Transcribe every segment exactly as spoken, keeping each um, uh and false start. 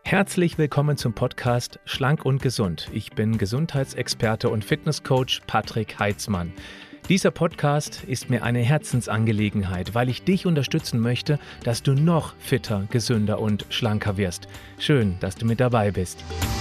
Herzlich willkommen zum Podcast Schlank und Gesund. Ich bin Gesundheitsexperte und Fitnesscoach Patrick Heitzmann. Dieser Podcast ist mir eine Herzensangelegenheit, weil ich dich unterstützen möchte, dass du noch fitter, gesünder und schlanker wirst. Schön, dass du mit dabei bist.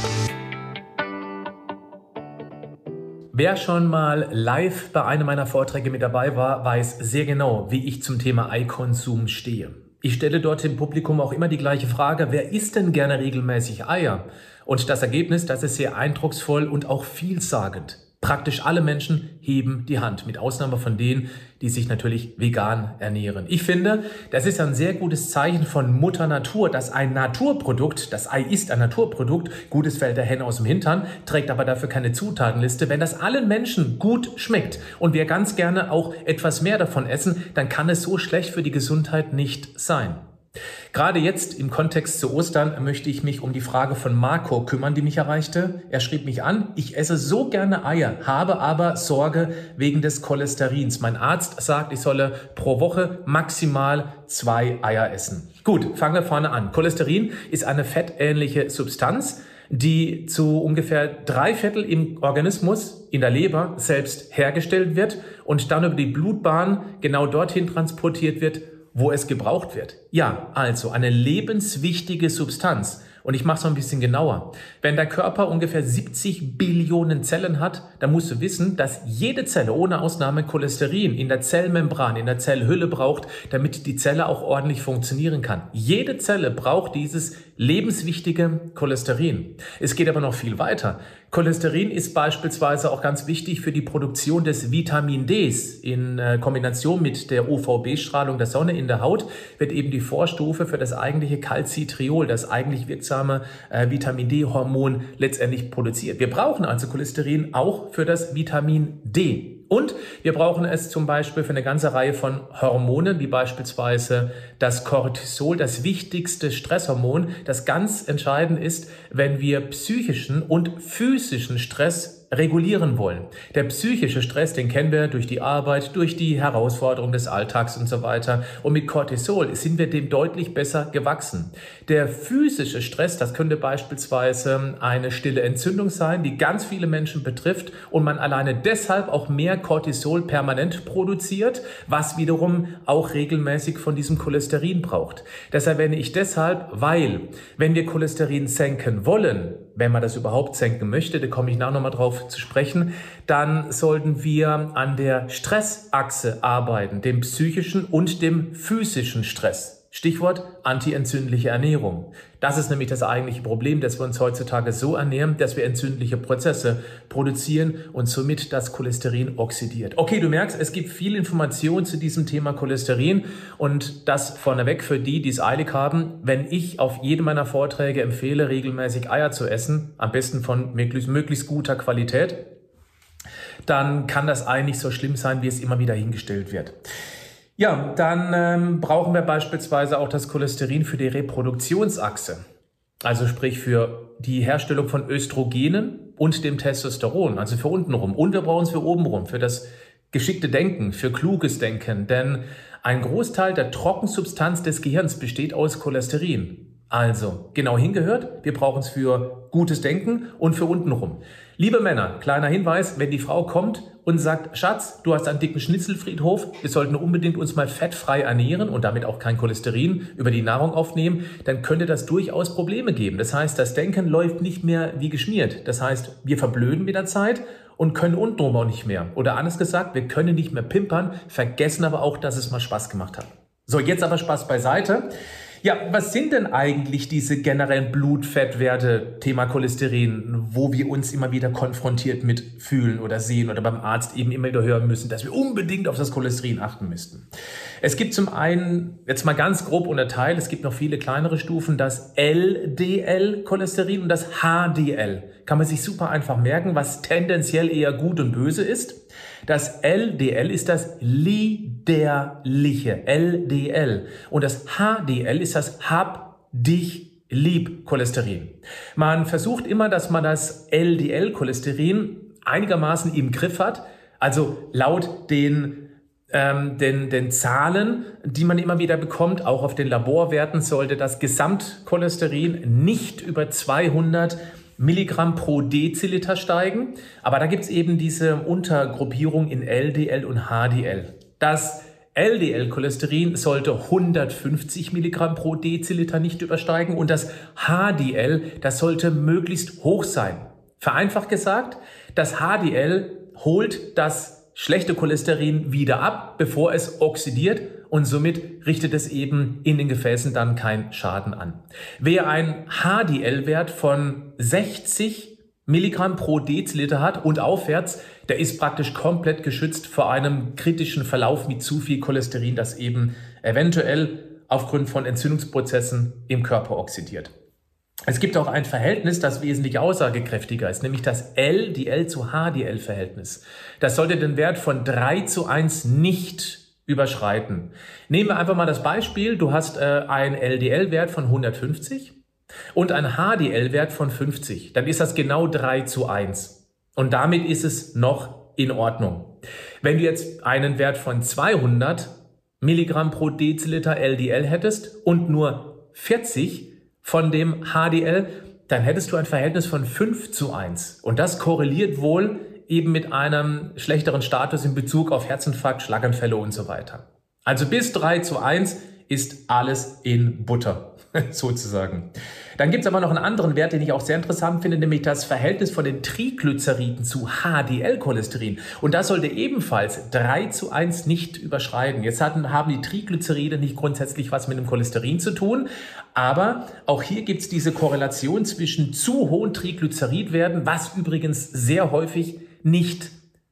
Wer schon mal live bei einem meiner Vorträge mit dabei war, weiß sehr genau, wie ich zum Thema Eikonsum stehe. Ich stelle dort dem Publikum auch immer die gleiche Frage: Wer isst denn gerne regelmäßig Eier? Und das Ergebnis, das ist sehr eindrucksvoll und auch vielsagend. Praktisch alle Menschen heben die Hand, mit Ausnahme von denen, die sich natürlich vegan ernähren. Ich finde, das ist ein sehr gutes Zeichen von Mutter Natur, dass ein Naturprodukt, das Ei ist ein Naturprodukt, gutes fällt der Henne aus dem Hintern, trägt aber dafür keine Zutatenliste. Wenn das allen Menschen gut schmeckt und wir ganz gerne auch etwas mehr davon essen, dann kann es so schlecht für die Gesundheit nicht sein. Gerade jetzt im Kontext zu Ostern möchte ich mich um die Frage von Marco kümmern, die mich erreichte. Er schrieb mich an: Ich esse so gerne Eier, habe aber Sorge wegen des Cholesterins. Mein Arzt sagt, ich solle pro Woche maximal zwei Eier essen. Gut, fangen wir vorne an. Cholesterin ist eine fettähnliche Substanz, die zu ungefähr drei Viertel im Organismus, in der Leber selbst hergestellt wird und dann über die Blutbahn genau dorthin transportiert wird, wo es gebraucht wird. Ja, also eine lebenswichtige Substanz. Und ich mache es noch ein bisschen genauer. Wenn der Körper ungefähr siebzig Billionen Zellen hat, dann musst du wissen, dass jede Zelle ohne Ausnahme Cholesterin in der Zellmembran, in der Zellhülle braucht, damit die Zelle auch ordentlich funktionieren kann. Jede Zelle braucht dieses lebenswichtige Cholesterin. Es geht aber noch viel weiter. Cholesterin ist beispielsweise auch ganz wichtig für die Produktion des Vitamin Ds. In Kombination mit der U V B-Strahlung der Sonne in der Haut wird eben die Vorstufe für das eigentliche Calcitriol, das eigentlich wirksame äh, Vitamin D-Hormon, letztendlich produziert. Wir brauchen also Cholesterin auch für das Vitamin D. Und wir brauchen es zum Beispiel für eine ganze Reihe von Hormonen, wie beispielsweise das Cortisol, das wichtigste Stresshormon, das ganz entscheidend ist, wenn wir psychischen und physischen Stress regulieren wollen. Der psychische Stress, den kennen wir durch die Arbeit, durch die Herausforderung des Alltags und so weiter. Und mit Cortisol sind wir dem deutlich besser gewachsen. Der physische Stress, das könnte beispielsweise eine stille Entzündung sein, die ganz viele Menschen betrifft und man alleine deshalb auch mehr Cortisol permanent produziert, was wiederum auch regelmäßig von diesem Cholesterin braucht. Das erwähne ich deshalb, weil wenn wir Cholesterin senken wollen, wenn man das überhaupt senken möchte, da komme ich nachher nochmal drauf zu sprechen, dann sollten wir an der Stressachse arbeiten, dem psychischen und dem physischen Stress. Stichwort antientzündliche Ernährung. Das ist nämlich das eigentliche Problem, dass wir uns heutzutage so ernähren, dass wir entzündliche Prozesse produzieren und somit das Cholesterin oxidiert. Okay, du merkst, es gibt viel Information zu diesem Thema Cholesterin und das vorneweg für die, die es eilig haben. Wenn ich auf jedem meiner Vorträge empfehle, regelmäßig Eier zu essen, am besten von möglichst, möglichst guter Qualität, dann kann das eigentlich so schlimm sein, wie es immer wieder hingestellt wird. Ja, dann ähm, brauchen wir beispielsweise auch das Cholesterin für die Reproduktionsachse, also sprich für die Herstellung von Östrogenen und dem Testosteron, also für untenrum. Und wir brauchen es für obenrum, für das geschickte Denken, für kluges Denken, denn ein Großteil der Trockensubstanz des Gehirns besteht aus Cholesterin. Also, genau hingehört, wir brauchen es für gutes Denken und für untenrum. Liebe Männer, kleiner Hinweis, wenn die Frau kommt und sagt: Schatz, du hast einen dicken Schnitzelfriedhof, wir sollten unbedingt uns mal fettfrei ernähren und damit auch kein Cholesterin über die Nahrung aufnehmen, dann könnte das durchaus Probleme geben. Das heißt, das Denken läuft nicht mehr wie geschmiert. Das heißt, wir verblöden mit der Zeit und können untenrum auch nicht mehr. Oder anders gesagt, wir können nicht mehr pimpern, vergessen aber auch, dass es mal Spaß gemacht hat. So, jetzt aber Spaß beiseite. Ja, was sind denn eigentlich diese generellen Blutfettwerte, Thema Cholesterin, wo wir uns immer wieder konfrontiert mit fühlen oder sehen oder beim Arzt eben immer wieder hören müssen, dass wir unbedingt auf das Cholesterin achten müssten? Es gibt zum einen, jetzt mal ganz grob unterteilt, es gibt noch viele kleinere Stufen, das L D L-Cholesterin und das H D L. Kann man sich super einfach merken, was tendenziell eher gut und böse ist. Das L D L ist das liederliche, L D L. Und das H D L ist das Hab dich lieb Cholesterin. Man versucht immer, dass man das L D L-Cholesterin einigermaßen im Griff hat. Also laut den ähm, den, den Zahlen, die man immer wieder bekommt. Auch auf den Laborwerten sollte das Gesamtcholesterin nicht über zweihundert Milligramm pro Deziliter steigen. Aber da gibt es eben diese Untergruppierung in L D L und H D L. Das L D L-Cholesterin sollte hundertfünfzig Milligramm pro Deziliter nicht übersteigen und das H D L, das sollte möglichst hoch sein. Vereinfacht gesagt, das H D L holt das schlechte Cholesterin wieder ab, bevor es oxidiert und somit richtet es eben in den Gefäßen dann keinen Schaden an. Wer einen H D L-Wert von sechzig Milligramm pro Deziliter hat und aufwärts, der ist praktisch komplett geschützt vor einem kritischen Verlauf mit zu viel Cholesterin, das eben eventuell aufgrund von Entzündungsprozessen im Körper oxidiert. Es gibt auch ein Verhältnis, das wesentlich aussagekräftiger ist, nämlich das L D L zu H D L-Verhältnis. Das sollte den Wert von drei zu eins nicht überschreiten. Nehmen wir einfach mal das Beispiel, du hast äh, einen L D L-Wert von hundertfünfzig und einen H D L-Wert von fünfzig. Dann ist das genau drei zu eins. Und damit ist es noch in Ordnung. Wenn du jetzt einen Wert von zweihundert Milligramm pro Deziliter L D L hättest und nur vierzig von dem H D L, dann hättest du ein Verhältnis von fünf zu eins. Und das korreliert wohl eben mit einem schlechteren Status in Bezug auf Herzinfarkt, Schlaganfälle und so weiter. Also bis drei zu eins ist alles in Butter, sozusagen. Dann gibt es aber noch einen anderen Wert, den ich auch sehr interessant finde, nämlich das Verhältnis von den Triglyceriden zu H D L-Cholesterin. Und das sollte ebenfalls drei zu eins nicht überschreiten. Jetzt hatten, haben die Triglyceride nicht grundsätzlich was mit dem Cholesterin zu tun, aber auch hier gibt es diese Korrelation zwischen zu hohen Triglyceridwerten, was übrigens sehr häufig nicht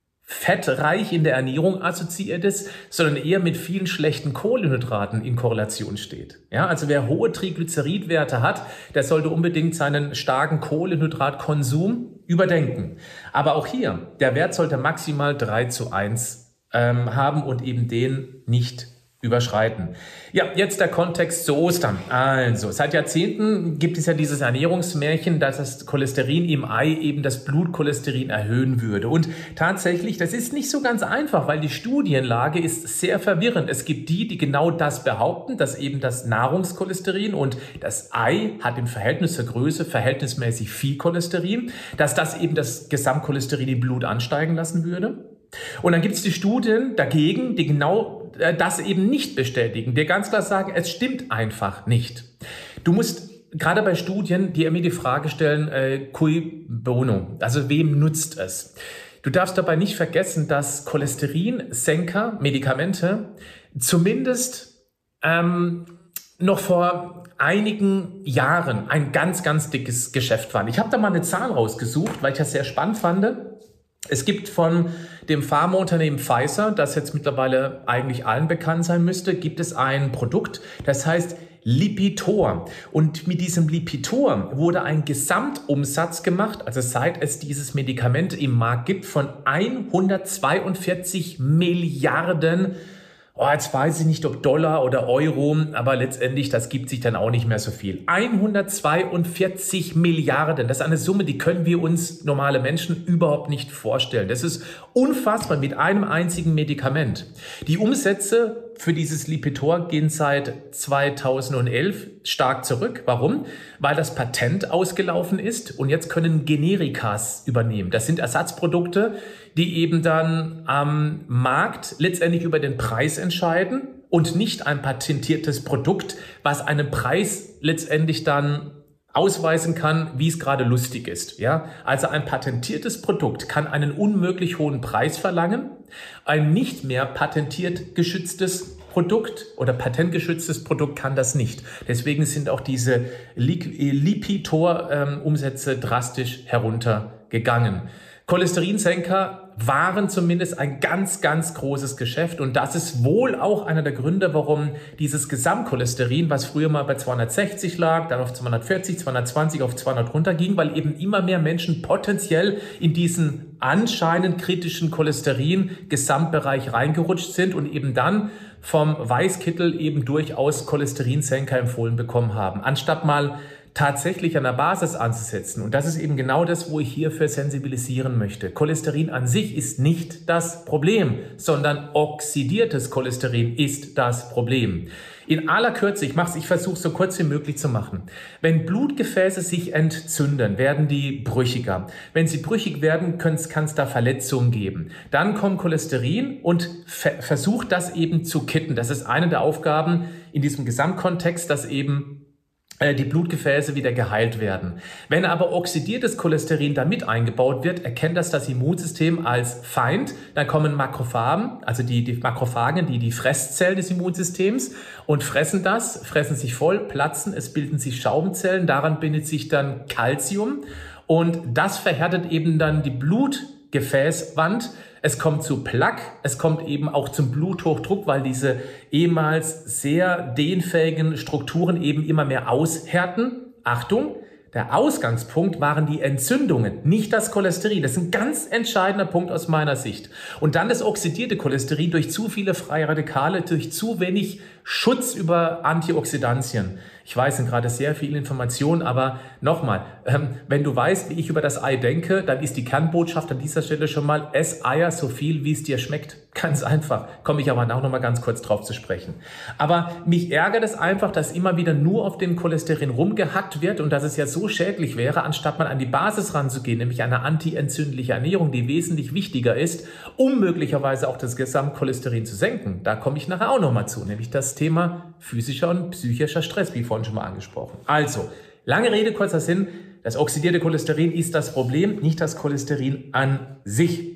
fettreich in der Ernährung assoziiert ist, sondern eher mit vielen schlechten Kohlenhydraten in Korrelation steht. Ja, also wer hohe Triglyceridwerte hat, der sollte unbedingt seinen starken Kohlenhydratkonsum überdenken. Aber auch hier, der Wert sollte maximal drei zu eins ähm, haben und eben den nicht überschreiten. Ja, jetzt der Kontext zu Ostern. Also, seit Jahrzehnten gibt es ja dieses Ernährungsmärchen, dass das Cholesterin im Ei eben das Blutcholesterin erhöhen würde. Und tatsächlich, das ist nicht so ganz einfach, weil die Studienlage ist sehr verwirrend. Es gibt die, die genau das behaupten, dass eben das Nahrungscholesterin und das Ei hat im Verhältnis zur Größe verhältnismäßig viel Cholesterin, dass das eben das Gesamtcholesterin im Blut ansteigen lassen würde. Und dann gibt es die Studien dagegen, die genau das eben nicht bestätigen, die ganz klar sagen, es stimmt einfach nicht. Du musst gerade bei Studien dir immer die Frage stellen, äh, cui bono, also wem nutzt es? Du darfst dabei nicht vergessen, dass Cholesterinsenker, Medikamente, zumindest ähm, noch vor einigen Jahren ein ganz, ganz dickes Geschäft waren. Ich habe da mal eine Zahl rausgesucht, weil ich das sehr spannend fand. Es gibt von dem Pharmaunternehmen Pfizer, das jetzt mittlerweile eigentlich allen bekannt sein müsste, gibt es ein Produkt, das heißt Lipitor. Und mit diesem Lipitor wurde ein Gesamtumsatz gemacht, also seit es dieses Medikament im Markt gibt, von hundertzweiundvierzig Milliarden. Oh, jetzt weiß ich nicht, ob Dollar oder Euro, aber letztendlich, das gibt sich dann auch nicht mehr so viel. hundertzweiundvierzig Milliarden, das ist eine Summe, die können wir uns normale Menschen überhaupt nicht vorstellen. Das ist unfassbar mit einem einzigen Medikament. Die Umsätze für dieses Lipitor gehen seit zweitausendelf stark zurück. Warum? Weil das Patent ausgelaufen ist und jetzt können Generikas übernehmen. Das sind Ersatzprodukte, die eben dann am Markt letztendlich über den Preis entscheiden und nicht ein patentiertes Produkt, was einen Preis letztendlich dann ausweisen kann, wie es gerade lustig ist. Ja? Also ein patentiertes Produkt kann einen unmöglich hohen Preis verlangen. Ein nicht mehr patentiert geschütztes Produkt oder patentgeschütztes Produkt kann das nicht. Deswegen sind auch diese Lipitor-Umsätze drastisch heruntergegangen. Cholesterinsenker waren zumindest ein ganz, ganz großes Geschäft und das ist wohl auch einer der Gründe, warum dieses Gesamtcholesterin, was früher mal bei zweihundertsechzig lag, dann auf zweihundertvierzig, zweihundertzwanzig, auf zweihundert runterging, weil eben immer mehr Menschen potenziell in diesen anscheinend kritischen Cholesterin-Gesamtbereich reingerutscht sind und eben dann vom Weißkittel eben durchaus Cholesterinsenker empfohlen bekommen haben. Anstatt mal tatsächlich an der Basis anzusetzen. Und das ist eben genau das, wo ich hierfür sensibilisieren möchte. Cholesterin an sich ist nicht das Problem, sondern oxidiertes Cholesterin ist das Problem. In aller Kürze, ich mach's, ich versuche es so kurz wie möglich zu machen. Wenn Blutgefäße sich entzünden, werden die brüchiger. Wenn sie brüchig werden, kann es da Verletzungen geben. Dann kommt Cholesterin und ver versucht das eben zu kitten. Das ist eine der Aufgaben in diesem Gesamtkontext, dass eben die Blutgefäße wieder geheilt werden. Wenn aber oxidiertes Cholesterin da mit eingebaut wird, erkennt das das Immunsystem als Feind. Dann kommen Makrophagen, also die, die Makrophagen, die die Fresszellen des Immunsystems und fressen das, fressen sich voll, platzen, es bilden sich Schaumzellen, daran bindet sich dann Calcium und das verhärtet eben dann die Blutgefäßwand. Es kommt zu Plaque, es kommt eben auch zum Bluthochdruck, weil diese ehemals sehr dehnfähigen Strukturen eben immer mehr aushärten. Achtung, der Ausgangspunkt waren die Entzündungen, nicht das Cholesterin. Das ist ein ganz entscheidender Punkt aus meiner Sicht. Und dann das oxidierte Cholesterin durch zu viele freie Radikale, durch zu wenig Schutz über Antioxidantien. Ich weiß, sind gerade sehr viele Informationen, aber nochmal, ähm, wenn du weißt, wie ich über das Ei denke, dann ist die Kernbotschaft an dieser Stelle schon mal, ess Eier so viel, wie es dir schmeckt. Ganz einfach. Komme ich aber auch noch mal ganz kurz drauf zu sprechen. Aber mich ärgert es einfach, dass immer wieder nur auf dem Cholesterin rumgehackt wird und dass es ja so schädlich wäre, anstatt mal an die Basis ranzugehen, nämlich eine antientzündliche Ernährung, die wesentlich wichtiger ist, um möglicherweise auch das Gesamtcholesterin zu senken. Da komme ich nachher auch noch mal zu, nämlich das Thema physischer und psychischer Stress, wie vorhin schon mal angesprochen. Also, lange Rede, kurzer Sinn, das oxidierte Cholesterin ist das Problem, nicht das Cholesterin an sich.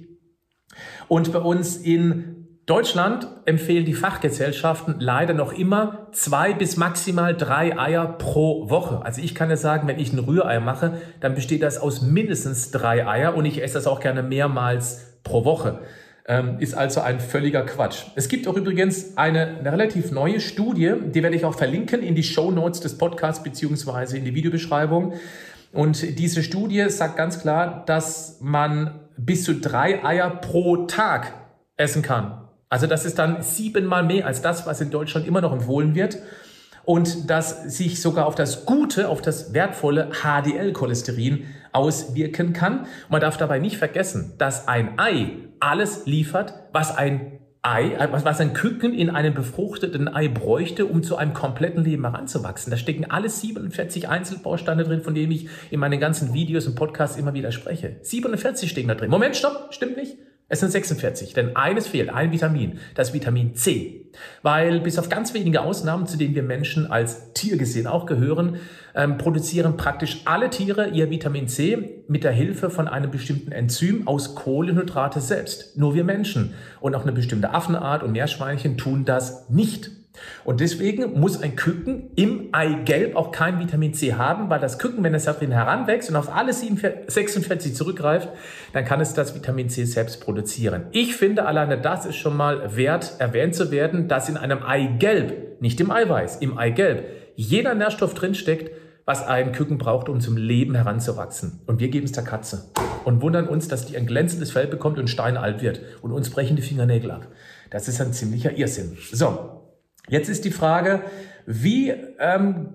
Und bei uns in Deutschland empfehlen die Fachgesellschaften leider noch immer zwei bis maximal drei Eier pro Woche. Also ich kann ja sagen, wenn ich ein Rührei mache, dann besteht das aus mindestens drei Eier und ich esse das auch gerne mehrmals pro Woche. Ähm, ist also ein völliger Quatsch. Es gibt auch übrigens eine, eine relativ neue Studie, die werde ich auch verlinken in die Shownotes des Podcasts beziehungsweise in die Videobeschreibung. Und diese Studie sagt ganz klar, dass man bis zu drei Eier pro Tag essen kann. Also das ist dann siebenmal mehr als das, was in Deutschland immer noch empfohlen wird. Und das sich sogar auf das gute, auf das wertvolle H D L-Cholesterin auswirken kann. Und man darf dabei nicht vergessen, dass ein Ei alles liefert, was ein Ei, was ein Küken in einem befruchteten Ei bräuchte, um zu einem kompletten Leben heranzuwachsen. Da stecken alle siebenundvierzig Einzelbausteine drin, von denen ich in meinen ganzen Videos und Podcasts immer wieder spreche. siebenundvierzig stecken da drin. Moment, stopp, stimmt nicht. Es sind sechsundvierzig, denn eines fehlt, ein Vitamin, das Vitamin C. Weil bis auf ganz wenige Ausnahmen, zu denen wir Menschen als Tier gesehen auch gehören, ähm, produzieren praktisch alle Tiere ihr Vitamin C mit der Hilfe von einem bestimmten Enzym aus Kohlenhydrate selbst. Nur wir Menschen und auch eine bestimmte Affenart und Meerschweinchen tun das nicht. Und deswegen muss ein Küken im Eigelb auch kein Vitamin C haben, weil das Küken, wenn es da drin heranwächst und auf alle sechsundvierzig zurückgreift, dann kann es das Vitamin C selbst produzieren. Ich finde, alleine das ist schon mal wert, erwähnt zu werden, dass in einem Eigelb, nicht im Eiweiß, im Eigelb, jeder Nährstoff drinsteckt, was ein Küken braucht, um zum Leben heranzuwachsen. Und wir geben es der Katze und wundern uns, dass die ein glänzendes Fell bekommt und steinalt wird und uns brechen die Fingernägel ab. Das ist ein ziemlicher Irrsinn. So. Jetzt ist die Frage, wie, ähm,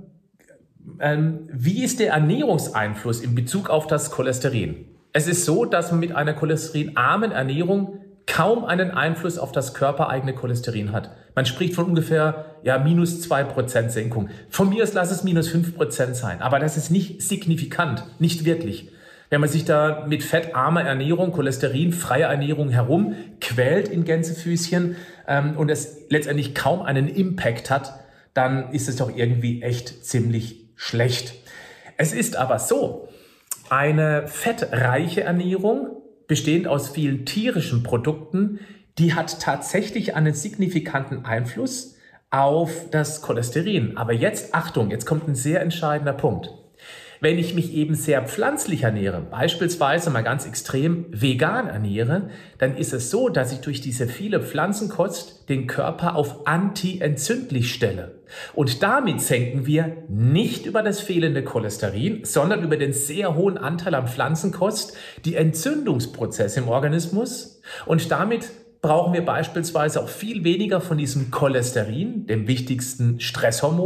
ähm, wie ist der Ernährungseinfluss in Bezug auf das Cholesterin? Es ist so, dass man mit einer cholesterinarmen Ernährung kaum einen Einfluss auf das körpereigene Cholesterin hat. Man spricht von ungefähr ja, minus zwei Prozent Senkung. Von mir aus lass es minus fünf Prozent sein, aber das ist nicht signifikant, nicht wirklich. Wenn man sich da mit fettarmer Ernährung, cholesterinfreier Ernährung herum quält in Gänsefüßchen ähm, und es letztendlich kaum einen Impact hat, dann ist es doch irgendwie echt ziemlich schlecht. Es ist aber so, eine fettreiche Ernährung, bestehend aus vielen tierischen Produkten, die hat tatsächlich einen signifikanten Einfluss auf das Cholesterin. Aber jetzt, Achtung, jetzt kommt ein sehr entscheidender Punkt. Wenn ich mich eben sehr pflanzlich ernähre, beispielsweise mal ganz extrem vegan ernähre, dann ist es so, dass ich durch diese viele Pflanzenkost den Körper auf anti-entzündlich stelle. Und damit senken wir nicht über das fehlende Cholesterin, sondern über den sehr hohen Anteil an Pflanzenkost die Entzündungsprozesse im Organismus. Und damit brauchen wir beispielsweise auch viel weniger von diesem Cholesterin, dem wichtigsten Stresshormon.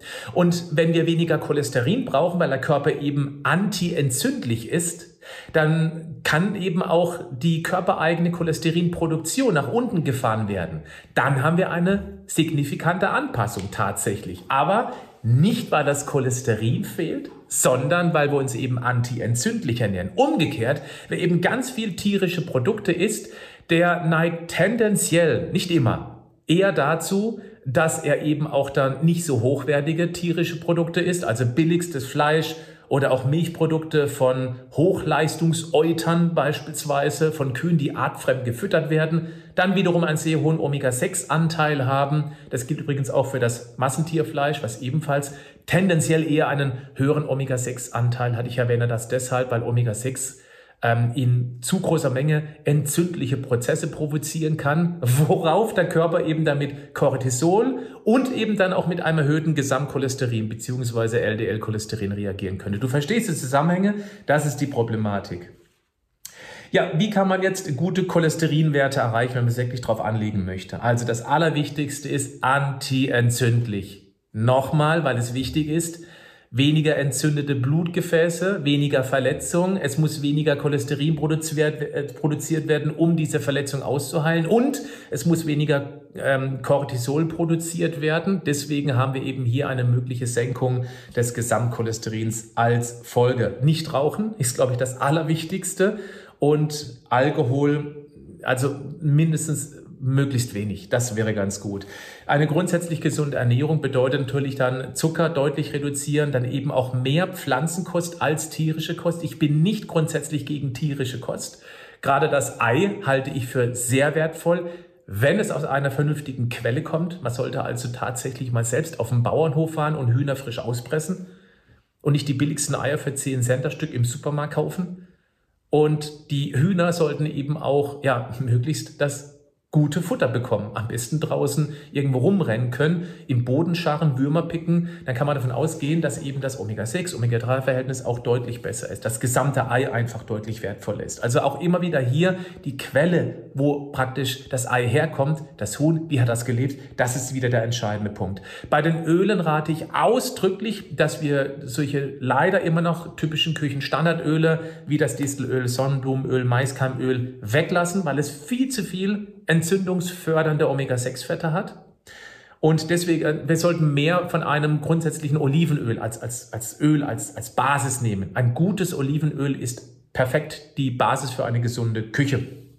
Und wenn wir weniger Cholesterin brauchen, weil der Körper eben antientzündlich ist, dann kann eben auch die körpereigene Cholesterinproduktion nach unten gefahren werden. Dann haben wir eine signifikante Anpassung tatsächlich. Aber nicht, weil das Cholesterin fehlt, sondern weil wir uns eben antientzündlich ernähren. Umgekehrt, wer eben ganz viel tierische Produkte isst, der neigt tendenziell, nicht immer, eher dazu, dass er eben auch dann nicht so hochwertige tierische Produkte isst, also billigstes Fleisch oder auch Milchprodukte von Hochleistungseutern beispielsweise, von Kühen, die artfremd gefüttert werden, dann wiederum einen sehr hohen Omega sechs Anteil haben. Das gilt übrigens auch für das Massentierfleisch, was ebenfalls tendenziell eher einen höheren Omega sechs Anteil hat. Ich erwähne das deshalb, weil Omega sechs ähm, in zu großer Menge entzündliche Prozesse provozieren kann, worauf der Körper eben damit Cortisol und eben dann auch mit einem erhöhten Gesamtcholesterin bzw. L D L-Cholesterin reagieren könnte. Du verstehst die Zusammenhänge, das ist die Problematik. Ja, wie kann man jetzt gute Cholesterinwerte erreichen, wenn man es wirklich drauf anlegen möchte? Also das Allerwichtigste ist antientzündlich. Nochmal, weil es wichtig ist, weniger entzündete Blutgefäße, weniger Verletzungen, es muss weniger Cholesterin produziert werden, um diese Verletzung auszuheilen, und es muss weniger ähm, Cortisol produziert werden. Deswegen haben wir eben hier eine mögliche Senkung des Gesamtcholesterins als Folge. Nicht rauchen ist, glaube ich, das Allerwichtigste, und Alkohol, also mindestens möglichst wenig, das wäre ganz gut. Eine grundsätzlich gesunde Ernährung bedeutet natürlich dann Zucker deutlich reduzieren, dann eben auch mehr Pflanzenkost als tierische Kost. Ich bin nicht grundsätzlich gegen tierische Kost. Gerade das Ei halte ich für sehr wertvoll, wenn es aus einer vernünftigen Quelle kommt. Man sollte also tatsächlich mal selbst auf den Bauernhof fahren und Hühner frisch auspressen und nicht die billigsten Eier für zehn Cent das Stück im Supermarkt kaufen. Und die Hühner sollten eben auch ja möglichst das gute Futter bekommen. Am besten draußen irgendwo rumrennen können, im Boden scharren, Würmer picken. Dann kann man davon ausgehen, dass eben das Omega sechs, Omega drei Verhältnis auch deutlich besser ist. Das gesamte Ei einfach deutlich wertvoller ist. Also auch immer wieder hier die Quelle, wo praktisch das Ei herkommt, das Huhn, wie hat das gelebt, das ist wieder der entscheidende Punkt. Bei den Ölen rate ich ausdrücklich, dass wir solche leider immer noch typischen Küchenstandardöle wie das Distelöl, Sonnenblumenöl, Maiskeimöl weglassen, weil es viel zu viel entzündungsfördernde Omega sechs Fette hat. Und deswegen, wir sollten mehr von einem grundsätzlichen Olivenöl als, als, als Öl, als, als Basis nehmen. Ein gutes Olivenöl ist perfekt die Basis für eine gesunde Küche.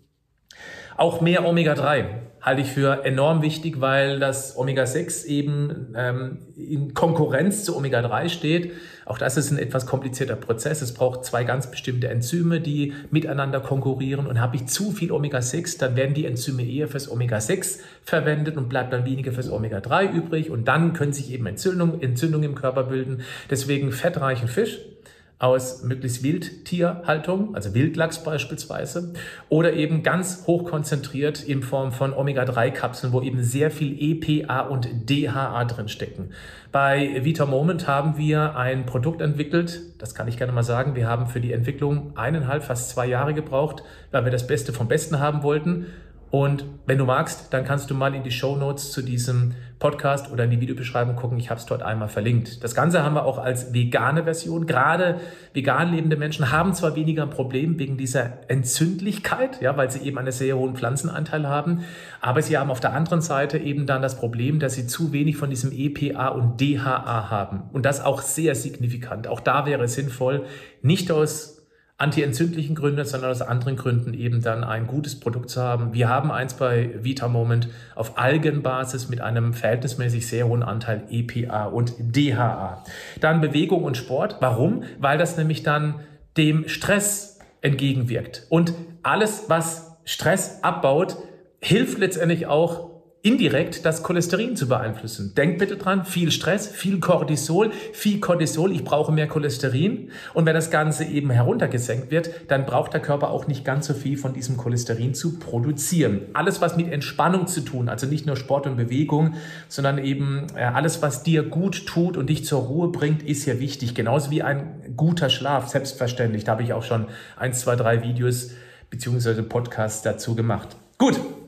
Auch mehr Omega drei halte ich für enorm wichtig, weil das Omega sechs eben ähm, in Konkurrenz zu Omega drei steht. Auch das ist ein etwas komplizierter Prozess. Es braucht zwei ganz bestimmte Enzyme, die miteinander konkurrieren. Und habe ich zu viel Omega sechs, dann werden die Enzyme eher fürs Omega sechs verwendet und bleibt dann weniger fürs Omega drei übrig. Und dann können sich eben Entzündungen, Entzündungen im Körper bilden. Deswegen fettreichen Fisch aus möglichst Wildtierhaltung, also Wildlachs beispielsweise, oder eben ganz hoch konzentriert in Form von Omega drei Kapseln, wo eben sehr viel E P A und D H A drin stecken. Bei Vita-Moment haben wir ein Produkt entwickelt, das kann ich gerne mal sagen, wir haben für die Entwicklung eineinhalb, fast zwei Jahre gebraucht, weil wir das Beste vom Besten haben wollten. Und wenn du magst, dann kannst du mal in die Shownotes zu diesem Podcast oder in die Videobeschreibung gucken. Ich habe es dort einmal verlinkt. Das Ganze haben wir auch als vegane Version. Gerade vegan lebende Menschen haben zwar weniger ein Problem wegen dieser Entzündlichkeit, ja, weil sie eben einen sehr hohen Pflanzenanteil haben, aber sie haben auf der anderen Seite eben dann das Problem, dass sie zu wenig von diesem E P A und D H A haben. Und das auch sehr signifikant. Auch da wäre es sinnvoll, nicht aus antientzündlichen Gründen, sondern aus anderen Gründen eben dann ein gutes Produkt zu haben. Wir haben eins bei Vita-Moment auf Algenbasis mit einem verhältnismäßig sehr hohen Anteil E P A und D H A. Dann Bewegung und Sport. Warum? Weil das nämlich dann dem Stress entgegenwirkt. Und alles, was Stress abbaut, hilft letztendlich auch indirekt das Cholesterin zu beeinflussen. Denk bitte dran, viel Stress, viel Cortisol, viel Cortisol, ich brauche mehr Cholesterin. Und wenn das Ganze eben heruntergesenkt wird, dann braucht der Körper auch nicht ganz so viel von diesem Cholesterin zu produzieren. Alles, was mit Entspannung zu tun, also nicht nur Sport und Bewegung, sondern eben alles, was dir gut tut und dich zur Ruhe bringt, ist ja wichtig. Genauso wie ein guter Schlaf, selbstverständlich. Da habe ich auch schon eins, zwei, drei Videos beziehungsweise Podcasts dazu gemacht. Gut.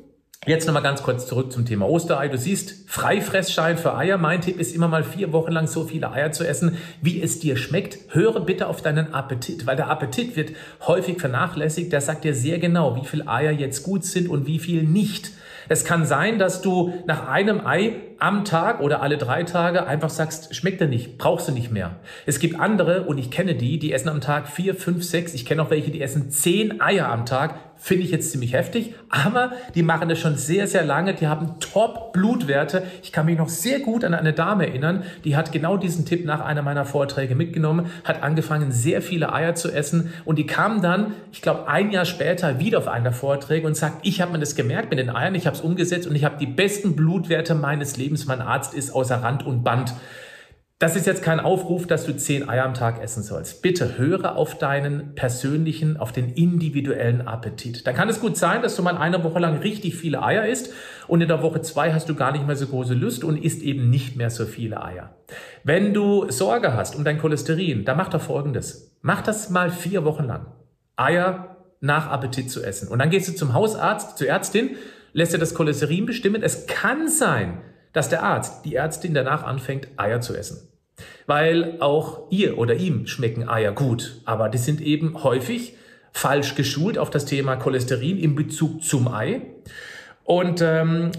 Jetzt nochmal ganz kurz zurück zum Thema Osterei. Du siehst, Freifressschein für Eier. Mein Tipp ist immer mal vier Wochen lang so viele Eier zu essen, wie es dir schmeckt. Höre bitte auf deinen Appetit, weil der Appetit wird häufig vernachlässigt. Der sagt dir sehr genau, wie viele Eier jetzt gut sind und wie viel nicht. Es kann sein, dass du nach einem Ei am Tag oder alle drei Tage einfach sagst, schmeckt er nicht, brauchst du nicht mehr. Es gibt andere, und ich kenne die, die essen am Tag vier, fünf, sechs. Ich kenne auch welche, die essen zehn Eier am Tag. Finde ich jetzt ziemlich heftig, aber die machen das schon sehr, sehr lange. Die haben Top-Blutwerte. Ich kann mich noch sehr gut an eine Dame erinnern, die hat genau diesen Tipp nach einer meiner Vorträge mitgenommen, hat angefangen, sehr viele Eier zu essen, und die kam dann, ich glaube, ein Jahr später wieder auf einen der Vorträge und sagt, ich habe mir das gemerkt mit den Eiern, ich habe es umgesetzt und ich habe die besten Blutwerte meines Lebens. Mein Arzt ist außer Rand und Band. Das ist jetzt kein Aufruf, dass du zehn Eier am Tag essen sollst. Bitte höre auf deinen persönlichen, auf den individuellen Appetit. Dann kann es gut sein, dass du mal eine Woche lang richtig viele Eier isst und in der Woche zwei hast du gar nicht mehr so große Lust und isst eben nicht mehr so viele Eier. Wenn du Sorge hast um dein Cholesterin, dann mach doch Folgendes. Mach das mal vier Wochen lang. Eier nach Appetit zu essen. Und dann gehst du zum Hausarzt, zur Ärztin, lässt dir das Cholesterin bestimmen. Es kann sein, dass der Arzt, die Ärztin danach anfängt, Eier zu essen. Weil auch ihr oder ihm schmecken Eier gut, aber die sind eben häufig falsch geschult auf das Thema Cholesterin in Bezug zum Ei. Und ähm,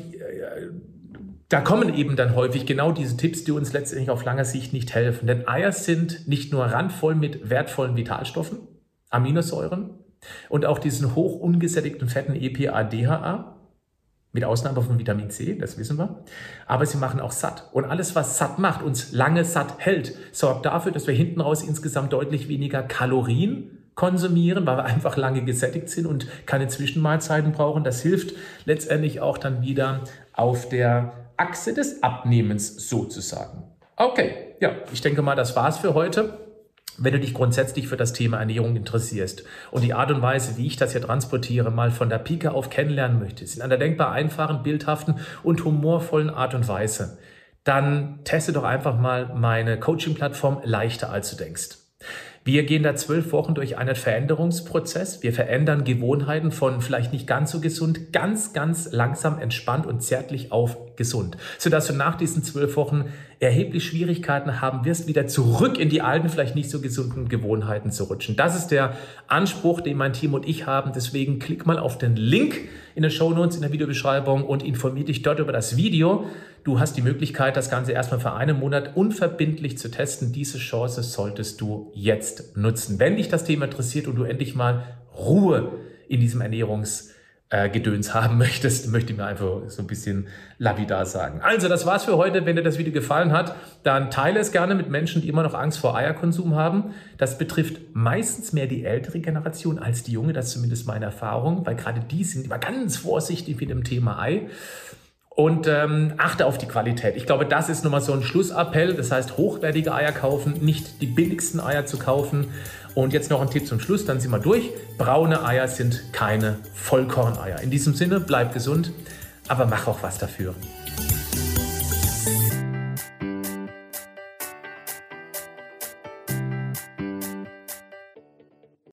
da kommen eben dann häufig genau diese Tipps, die uns letztendlich auf lange Sicht nicht helfen. Denn Eier sind nicht nur randvoll mit wertvollen Vitalstoffen, Aminosäuren und auch diesen hoch ungesättigten Fetten E P A, D H A, mit Ausnahme von Vitamin C, das wissen wir. Aber sie machen auch satt. Und alles, was satt macht, uns lange satt hält, sorgt dafür, dass wir hinten raus insgesamt deutlich weniger Kalorien konsumieren, weil wir einfach lange gesättigt sind und keine Zwischenmahlzeiten brauchen. Das hilft letztendlich auch dann wieder auf der Achse des Abnehmens sozusagen. Okay, ja, ich denke mal, das war's für heute. Wenn du dich grundsätzlich für das Thema Ernährung interessierst und die Art und Weise, wie ich das hier transportiere, mal von der Pike auf kennenlernen möchtest, in einer denkbar einfachen, bildhaften und humorvollen Art und Weise, dann teste doch einfach mal meine Coaching-Plattform Leichter als du denkst. Wir gehen da zwölf Wochen durch einen Veränderungsprozess. Wir verändern Gewohnheiten von vielleicht nicht ganz so gesund, ganz, ganz langsam, entspannt und zärtlich auf gesund. Sodass du nach diesen zwölf Wochen erheblich Schwierigkeiten haben wirst, wieder zurück in die alten, vielleicht nicht so gesunden Gewohnheiten zu rutschen. Das ist der Anspruch, den mein Team und ich haben. Deswegen klick mal auf den Link in den Shownotes, in der Videobeschreibung und informier dich dort über das Video. Du hast die Möglichkeit, das Ganze erstmal für einen Monat unverbindlich zu testen. Diese Chance solltest du jetzt nutzen. Wenn dich das Thema interessiert und du endlich mal Ruhe in diesem Ernährungsgedöns haben möchtest, möchte ich mir einfach so ein bisschen lapidar sagen. Also, das war's für heute. Wenn dir das Video gefallen hat, dann teile es gerne mit Menschen, die immer noch Angst vor Eierkonsum haben. Das betrifft meistens mehr die ältere Generation als die junge. Das ist zumindest meine Erfahrung, weil gerade die sind immer ganz vorsichtig mit dem Thema Ei. Und ähm, achte auf die Qualität. Ich glaube, das ist nochmal so ein Schlussappell. Das heißt, hochwertige Eier kaufen, nicht die billigsten Eier zu kaufen. Und jetzt noch ein Tipp zum Schluss, dann sind wir durch. Braune Eier sind keine Vollkorneier. In diesem Sinne, bleib gesund, aber mach auch was dafür.